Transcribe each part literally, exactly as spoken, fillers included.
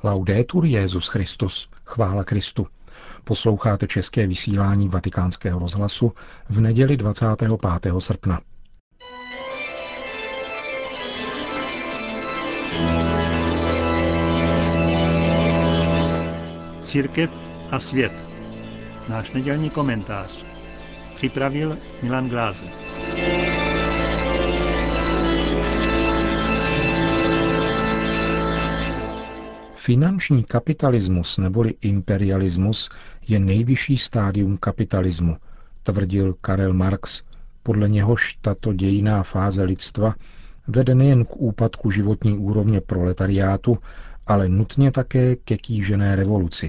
Laudetur Jesus Christus, chvála Kristu. Posloucháte české vysílání Vatikánského rozhlasu v neděli dvacátého pátého srpna. Církev a svět. Náš nedělní komentář. Připravil Milan Glázer. Finanční kapitalismus neboli imperialismus je nejvyšší stádium kapitalismu, tvrdil Karel Marx, podle něhož tato dějinná fáze lidstva vede nejen k úpadku životní úrovně proletariátu, ale nutně také ke kýžené revoluci.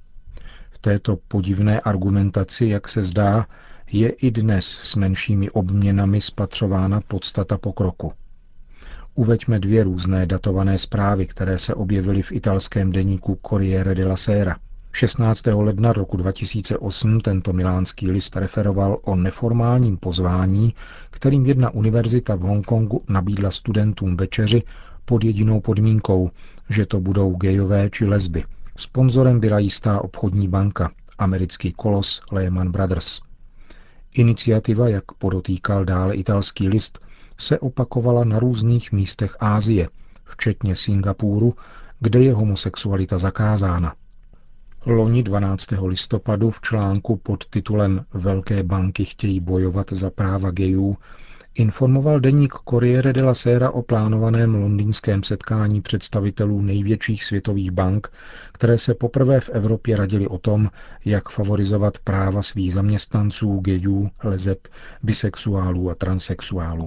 V této podivné argumentaci, jak se zdá, je i dnes s menšími obměnami spatřována podstata pokroku. Uveďme dvě různé datované zprávy, které se objevily v italském deníku Corriere della Sera. šestnáctého ledna roku dva tisíce osm tento milánský list referoval o neformálním pozvání, kterým jedna univerzita v Hongkongu nabídla studentům večeři pod jedinou podmínkou, že to budou gejové či lesby. Sponzorem byla jistá obchodní banka, americký kolos Lehman Brothers. Iniciativa, jak podotýkal dále italský list, se opakovala na různých místech Asie, včetně Singapuru, kde je homosexualita zakázána. Loni dvanáctého listopadu v článku pod titulem Velké banky chtějí bojovat za práva gejů informoval deník Corriere della Sera o plánovaném londýnském setkání představitelů největších světových bank, které se poprvé v Evropě radily o tom, jak favorizovat práva svých zaměstnanců, gejů, leseb, bisexuálů a transsexuálů.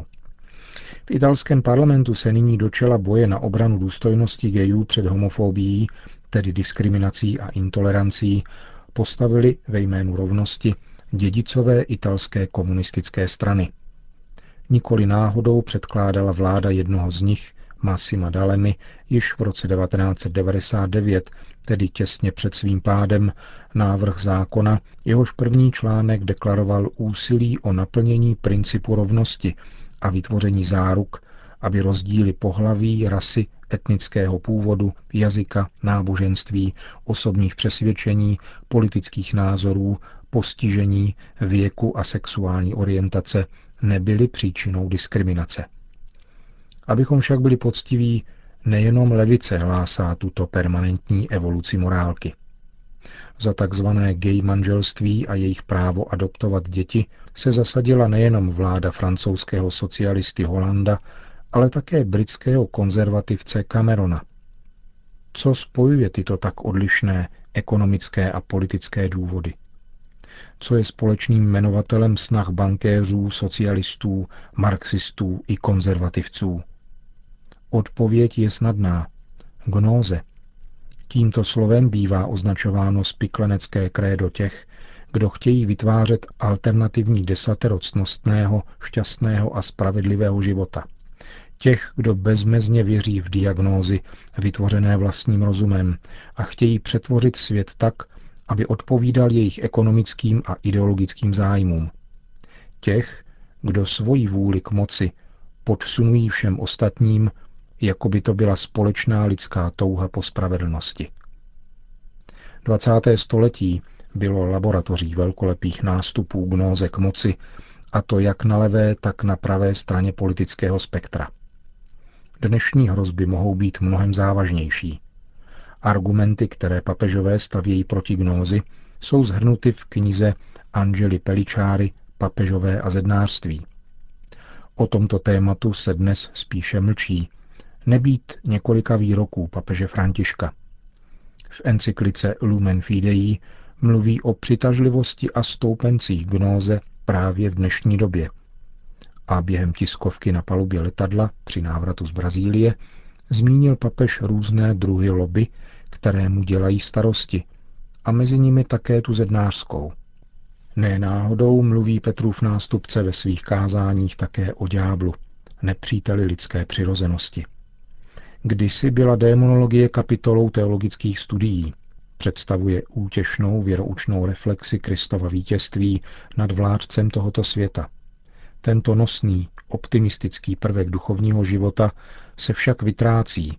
V italském parlamentu se nyní do čela boje na obranu důstojnosti gejů před homofobií, tedy diskriminací a intolerancí, postavili ve jménu rovnosti dědicové italské komunistické strany. Nikoli náhodou předkládala vláda jednoho z nich, Massima D'Alemy, již v roce devatenáct set devadesát devět, tedy těsně před svým pádem, návrh zákona, jehož první článek deklaroval úsilí o naplnění principu rovnosti a vytvoření záruk, aby rozdíly pohlaví, rasy, etnického původu, jazyka, náboženství, osobních přesvědčení, politických názorů, postižení, věku a sexuální orientace nebyly příčinou diskriminace. Abychom však byli poctiví, nejenom levice hlásá tuto permanentní evoluci morálky. Za takzvané gay manželství a jejich právo adoptovat děti se zasadila nejenom vláda francouzského socialisty Hollanda, ale také britského konzervativce Camerona. Co spojuje tyto tak odlišné ekonomické a politické důvody? Co je společným jmenovatelem snah bankéřů, socialistů, marxistů i konzervativců? Odpověď je snadná. Gnóze. Tímto slovem bývá označováno spiklenecké krédo těch, kdo chtějí vytvářet alternativní desatero ctnostného, šťastného a spravedlivého života. Těch, kdo bezmezně věří v diagnózy vytvořené vlastním rozumem a chtějí přetvořit svět tak, aby odpovídal jejich ekonomickým a ideologickým zájmům. Těch, kdo svoji vůli k moci podsunují všem ostatním, jako by to byla společná lidská touha po spravedlnosti. dvacáté století bylo laboratoří velkolepých nástupů gnóze k moci, a to jak na levé, tak na pravé straně politického spektra. Dnešní hrozby mohou být mnohem závažnější. Argumenty, které papežové stavějí proti gnózi, jsou shrnuty v knize Angeli Pellicciari Papežové a zednářství. O tomto tématu se dnes spíše mlčí, nebýt několika výroků papeže Františka. V encyklice Lumen Fidei mluví o přitažlivosti a stoupencích gnóze právě v dnešní době. A během tiskovky na palubě letadla při návratu z Brazílie zmínil papež různé druhy lobby, které mu dělají starosti, a mezi nimi také tu zednářskou. Ne náhodou mluví Petrův nástupce ve svých kázáních také o ďáblu, nepříteli lidské přirozenosti. Kdysi byla démonologie kapitolou teologických studií. Představuje útěšnou věroučnou reflexi Kristova vítězství nad vládcem tohoto světa. Tento nosný, optimistický prvek duchovního života se však vytrácí,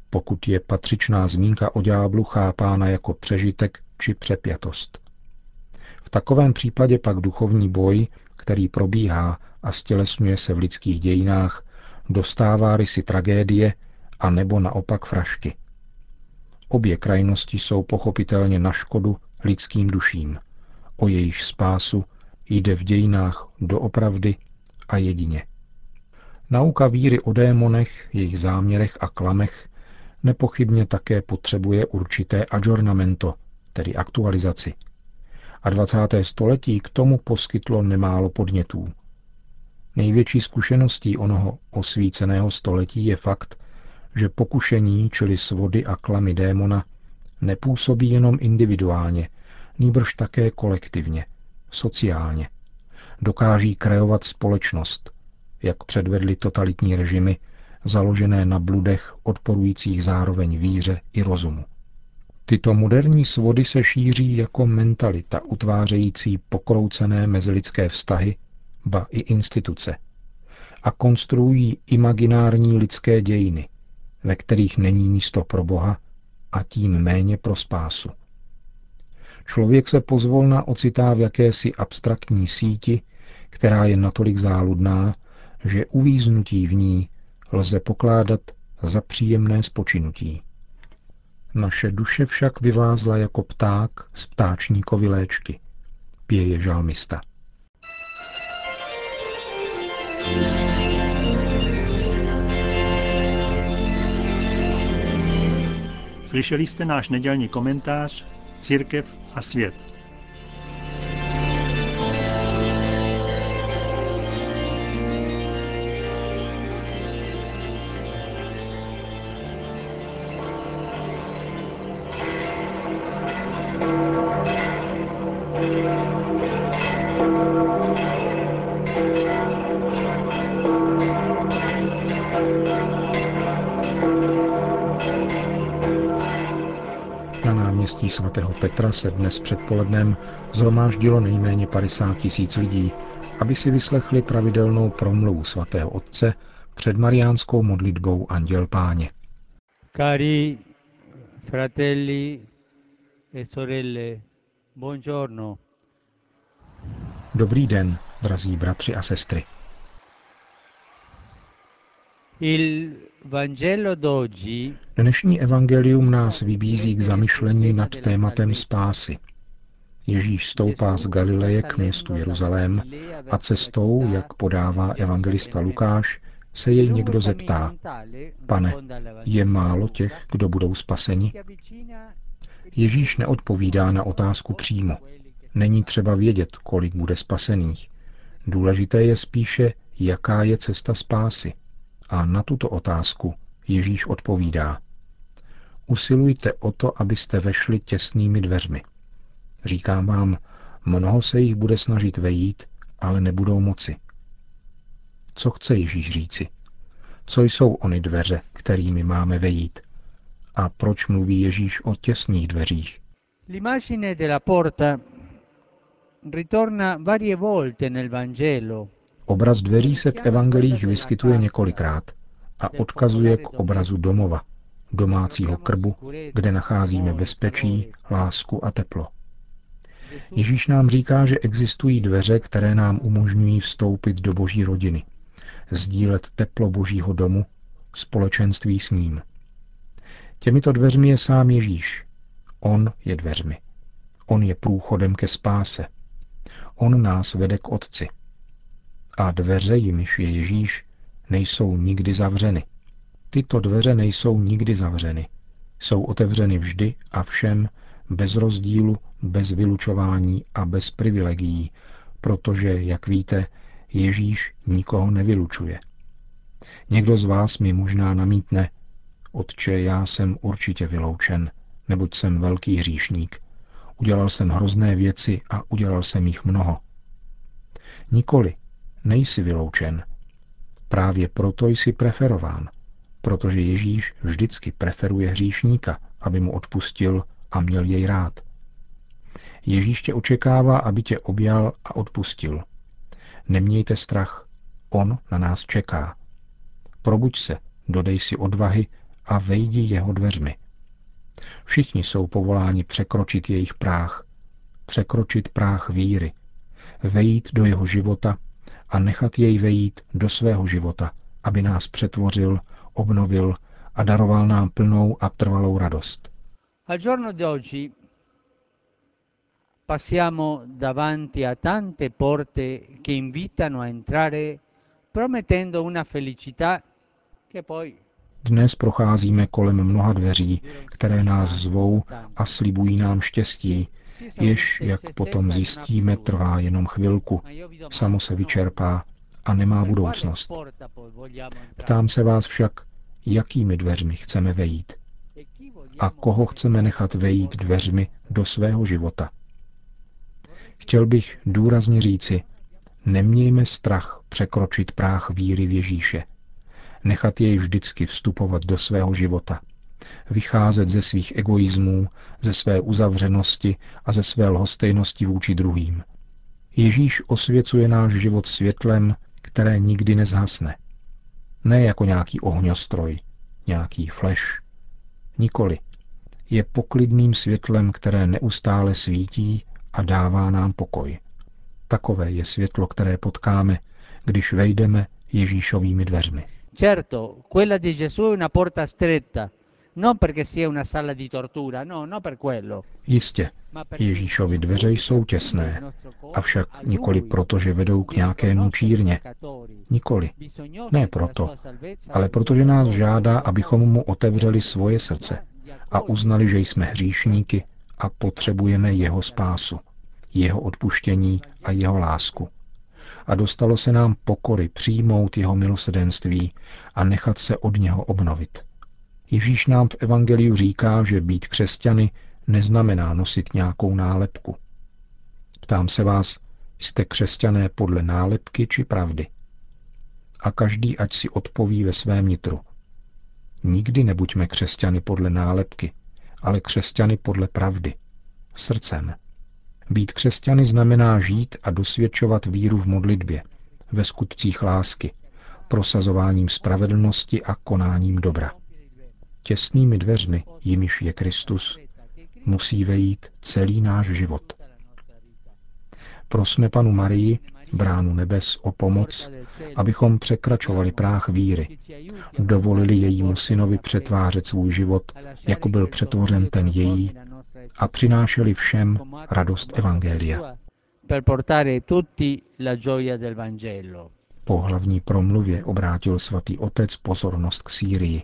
pokud je patřičná zmínka o ďáblu chápána jako přežitek či přepjatost. V takovém případě pak duchovní boj, který probíhá a stělesňuje se v lidských dějinách, dostává rysy tragédie a nebo naopak frašky. Obě krajnosti jsou pochopitelně na škodu lidským duším. O jejich spásu jde v dějinách doopravdy a jedině. Nauka víry o démonech, jejich záměrech a klamech nepochybně také potřebuje určité adžornamento, tedy aktualizaci. A dvacáté století k tomu poskytlo nemálo podnětů. Největší zkušeností onoho osvíceného století je fakt, že pokušení, čili svody a klamy démona, nepůsobí jenom individuálně, nýbrž také kolektivně, sociálně. Dokáží kreovat společnost, jak předvedly totalitní režimy, založené na bludech odporujících zároveň víře i rozumu. Tyto moderní svody se šíří jako mentalita utvářející pokroucené mezilidské vztahy, ba i instituce, a konstruují imaginární lidské dějiny, ve kterých není místo pro Boha a tím méně pro spásu. Člověk se pozvolna ocitá v jakési abstraktní síti, která je natolik záludná, že uvíznutí v ní lze pokládat za příjemné spočinutí. Naše duše však vyvázla jako pták z ptáčníkovy léčky, pěje žalmista. Slyšeli jste náš nedělní komentář Církev a svět. Na náměstí svatého Petra se dnes předpolednem shromáždilo nejméně padesát tisíc lidí, aby si vyslechli pravidelnou promluvu svatého otce před mariánskou modlitbou Anděl Páně. Cari fratelli e sorelle, buongiorno. Dobrý den, drazí bratři a sestry. Il Vangelo d'oggi Dnešní evangelium nás vybízí k zamyšlení nad tématem spásy. Ježíš stoupá z Galileje k městu Jeruzalém a cestou, jak podává evangelista Lukáš, se jej někdo zeptá: Pane, je málo těch, kdo budou spaseni? Ježíš neodpovídá na otázku přímo. Není třeba vědět, kolik bude spasených. Důležité je spíše, jaká je cesta spásy. A na tuto otázku Ježíš odpovídá: Usilujte o to, abyste vešli těsnými dveřmi. Říkám vám, mnoho se jich bude snažit vejít, ale nebudou moci. Co chce Ježíš říci? Co jsou ony dveře, kterými máme vejít? A proč mluví Ježíš o těsných dveřích? L'immagine della porta ritorna varie volte nel Vangelo. Obraz dveří se v evangelích vyskytuje několikrát a odkazuje k obrazu domova, domácího krbu, kde nacházíme bezpečí, lásku a teplo. Ježíš nám říká, že existují dveře, které nám umožňují vstoupit do Boží rodiny, sdílet teplo Božího domu, společenství s ním. Těmito dveřmi je sám Ježíš. On je dveřmi. On je průchodem ke spáse. On nás vede k Otci. A dveře, jimiž je Ježíš, nejsou nikdy zavřeny. Tyto dveře nejsou nikdy zavřeny. Jsou otevřeny vždy a všem, bez rozdílu, bez vylučování a bez privilegií, protože, jak víte, Ježíš nikoho nevylučuje. Někdo z vás mi možná namítne: Otče, já jsem určitě vyloučen, neboť jsem velký hříšník. Udělal jsem hrozné věci a udělal jsem jich mnoho. Nikoli, nejsi vyloučen. Právě proto jsi preferován, protože Ježíš vždycky preferuje hříšníka, aby mu odpustil a měl jej rád. Ježíš tě očekává, aby tě objal a odpustil. Nemějte strach, on na nás čeká. Probuď se, dodej si odvahy a vejdi jeho dveřmi. Všichni jsou povoláni překročit jejich práh, překročit práh víry, vejít do jeho života a nechat jej vejít do svého života, aby nás přetvořil, obnovil a daroval nám plnou a trvalou radost. Al giorno d'oggi passiamo davanti a tante porte che invitano a entrare promettendo una felicità che poi Dnes procházíme kolem mnoha dveří, které nás zvou a slibují nám štěstí, jež, jak potom zjistíme, trvá jenom chvilku, samo se vyčerpá a nemá budoucnost. Ptám se vás však, jakými dveřmi chceme vejít a koho chceme nechat vejít dveřmi do svého života. Chtěl bych důrazně říci, nemějme strach překročit práh víry v Ježíše, nechat jej vždycky vstupovat do svého života, vycházet ze svých egoismů, ze své uzavřenosti a ze své lhostejnosti vůči druhým. Ježíš osvěcuje náš život světlem, které nikdy nezhasne. Ne jako nějaký ohňostroj, nějaký flash. Nikoli. Je poklidným světlem, které neustále svítí a dává nám pokoj. Takové je světlo, které potkáme, když vejdeme Ježíšovými dveřmi. Certo, quella di Gesù è una porta stretta, non perché sia una sala di tortura, no, no per quello. Jistě, Ježíšovy dveře jsou těsné, avšak nikoli proto, že vedou k nějaké mučírně. Nikoli. Ne proto, ale protože nás žádá, abychom mu otevřeli svoje srdce a uznali, že jsme hříšníky a potřebujeme jeho spásu, jeho odpuštění a jeho lásku. A dostalo se nám pokory přijmout jeho milosrdenství a nechat se od něho obnovit. Ježíš nám v evangeliu říká, že být křesťany neznamená nosit nějakou nálepku. Ptám se vás, jste křesťané podle nálepky či pravdy? A každý ať si odpoví ve svém nitru. Nikdy nebuďme křesťany podle nálepky, ale křesťany podle pravdy, srdcem. Být křesťany znamená žít a dosvědčovat víru v modlitbě, ve skutcích lásky, prosazováním spravedlnosti a konáním dobra. Těsnými dveřmi, jimiž je Kristus, musí vejít celý náš život. Prosme Panu Marii, bránu nebes, o pomoc, abychom překračovali práh víry, dovolili jejímu synovi přetvářet svůj život, jako byl přetvořen ten její, a přinášeli všem radost evangelia. Po hlavní promluvě obrátil svatý otec pozornost k Sýrii.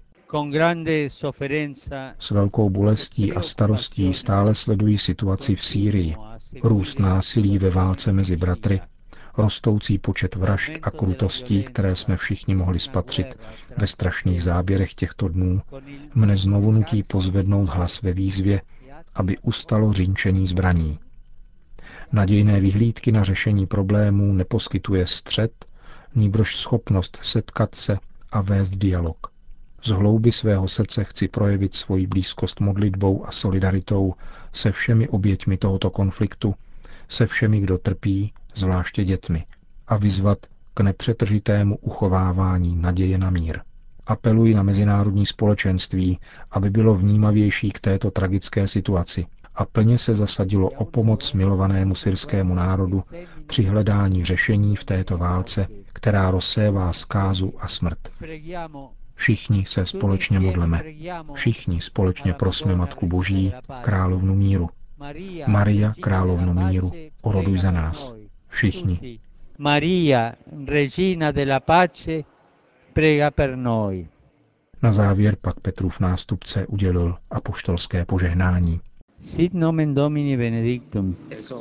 S velkou bolestí a starostí stále sledují situaci v Sýrii, růst násilí ve válce mezi bratry, rostoucí počet vražd a krutostí, které jsme všichni mohli spatřit ve strašných záběrech těchto dnů, mne znovu nutí pozvednout hlas ve výzvě, aby ustalo řinčení zbraní. Nadějné vyhlídky na řešení problémů neposkytuje střet, nýbrž schopnost setkat se a vést dialog. Z hlouby svého srdce chci projevit svoji blízkost modlitbou a solidaritou se všemi oběťmi tohoto konfliktu, se všemi, kdo trpí, zvláště dětmi, a vyzvat k nepřetržitému uchovávání naděje na mír. Apeluji na mezinárodní společenství, aby bylo vnímavější k této tragické situaci a plně se zasadilo o pomoc milovanému syrskému národu při hledání řešení v této válce, která rozsévá zkázu a smrt. Všichni se společně modleme. Všichni společně prosme Matku Boží, královnu míru. Maria, královnu míru, oroduj za nás. Všichni. Maria, regina della pace, prega per noi. Na závěr pak Petrův nástupce udělil apoštolské požehnání. Sit nomen Domini benedictum.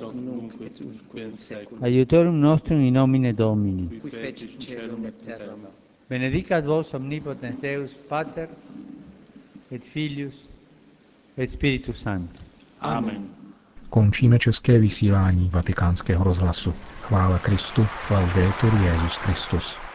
Aiutorium nostrum in nomine Domini. Benedicat vos omnipotens Deus, Pater, et Filius, et Spiritus Sanctus. Amen. Končíme české vysílání Vatikánského rozhlasu. Chvála Kristu, laudetur Jesus Christus.